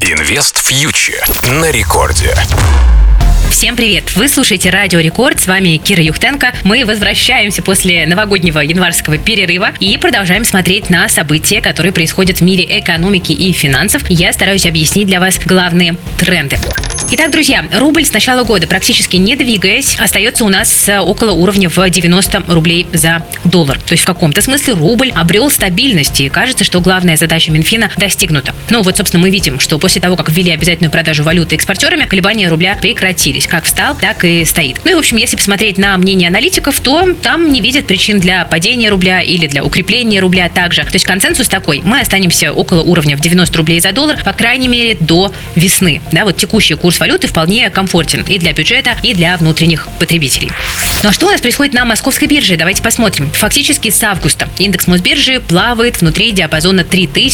Инвест Фьючер на рекорде. Всем привет! Вы слушаете Радио Рекорд, с вами Кира Юхтенко. Мы возвращаемся после новогоднего январского перерыва и продолжаем смотреть на события, которые происходят в мире экономики и финансов. Я стараюсь объяснить для вас главные тренды. Итак, друзья, рубль с начала года, практически не двигаясь, остается у нас около уровня в 90 рублей за доллар. То есть в каком-то смысле рубль обрел стабильность, и кажется, что главная задача Минфина достигнута. Ну вот, собственно, мы видим, что после того, как ввели обязательную продажу валюты экспортерами, колебания рубля прекратились. Как встал, так и стоит. Ну и, в общем, если посмотреть на мнение аналитиков, то там не видят причин для падения рубля или для укрепления рубля также. То есть консенсус такой: мы останемся около уровня в 90 рублей за доллар, по крайней мере, до весны. Да, вот текущий курс валюты вполне комфортен и для бюджета, и для внутренних потребителей. Ну а что у нас происходит на московской бирже? Давайте посмотрим. Фактически с августа индекс Мосбиржи плавает внутри диапазона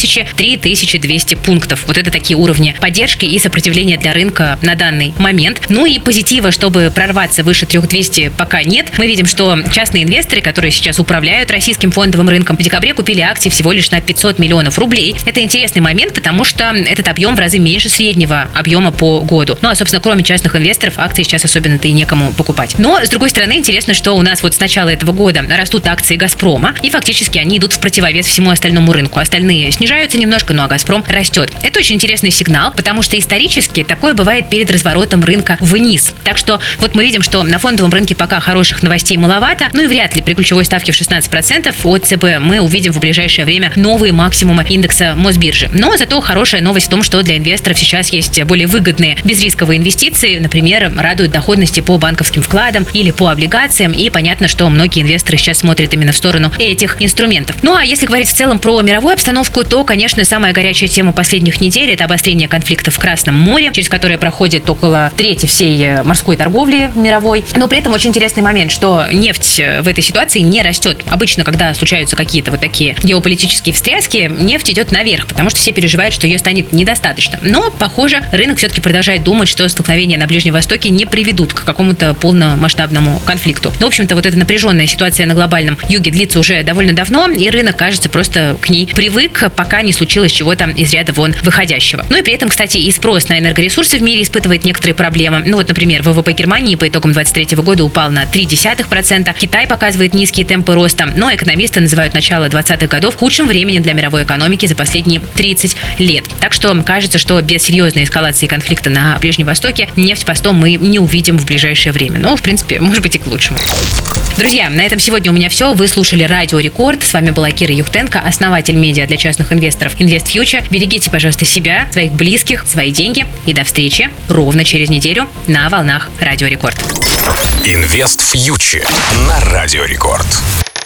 3000-3200 пунктов. Вот это такие уровни поддержки и сопротивления для рынка на данный момент. Ну и позитива, чтобы прорваться выше 3200, пока нет. Мы видим, что частные инвесторы, которые сейчас управляют российским фондовым рынком, в декабре купили акции всего лишь на 500 миллионов рублей. Это интересный момент, потому что этот объем в разы меньше среднего объема по году. Ну а, собственно, кроме частных инвесторов, акции сейчас особенно-то и некому покупать. Но, с другой стороны, интересно, что у нас вот с начала этого года растут акции «Газпрома», и фактически они идут в противовес всему остальному рынку. Остальные снижаются немножко, ну а «Газпром» растет. Это очень интересный сигнал, потому что исторически такое бывает перед разворотом рынка вниз. Так что вот мы видим, что на фондовом рынке пока хороших новостей маловато, ну и вряд ли при ключевой ставке в 16% от ЦБ мы увидим в ближайшее время новые максимумы индекса Мосбиржи. Но зато хорошая новость в том, что для инвесторов сейчас есть более выгодные безрисковые инвестиции. Например, радуют доходности по банковским вкладам или по облигациям, и понятно, что многие инвесторы сейчас смотрят именно в сторону этих инструментов. Ну а если говорить в целом про мировую обстановку, то, конечно, самая горячая тема последних недель — это обострение конфликта в Красном море, через которое проходит около трети всей морской торговли мировой. Но при этом очень интересный момент, что нефть в этой ситуации не растет. Обычно, когда случаются какие-то вот такие геополитические встряски, нефть идет наверх, потому что все переживают, что ее станет недостаточно. Но, похоже, рынок все-таки продолжает думать, что столкновения на Ближнем Востоке не приведут к какому-то полномасштабному конфликту. Но, в общем-то, вот эта напряженная ситуация на глобальном юге длится уже довольно давно, и рынок, кажется, просто к ней привык, пока не случилось чего-то из ряда вон выходящего. Ну и при этом, кстати, и спрос на энергоресурсы в мире испытывает некоторые проблемы. Ну вот, например, ВВП Германии по итогам 2023 года упал на 0,3%. Китай показывает низкие темпы роста, но экономисты называют начало 20-х годов худшим временем для мировой экономики за последние 30 лет. Так что кажется, что без серьезной эскалации конфликта на Ближнем Востоке нефть постом мы не увидим в ближайшее время. Но, в принципе, может быть и к лучшему. Друзья, на этом сегодня у меня все. Вы слушали Радио Рекорд. С вами была Кира Юхтенко, основатель медиа для частных инвесторов Инвест Фьючер. Берегите, пожалуйста, себя, своих близких, свои деньги. И до встречи ровно через неделю на волнах Радио Рекорд. Инвест Фьючер на Радио Рекорд.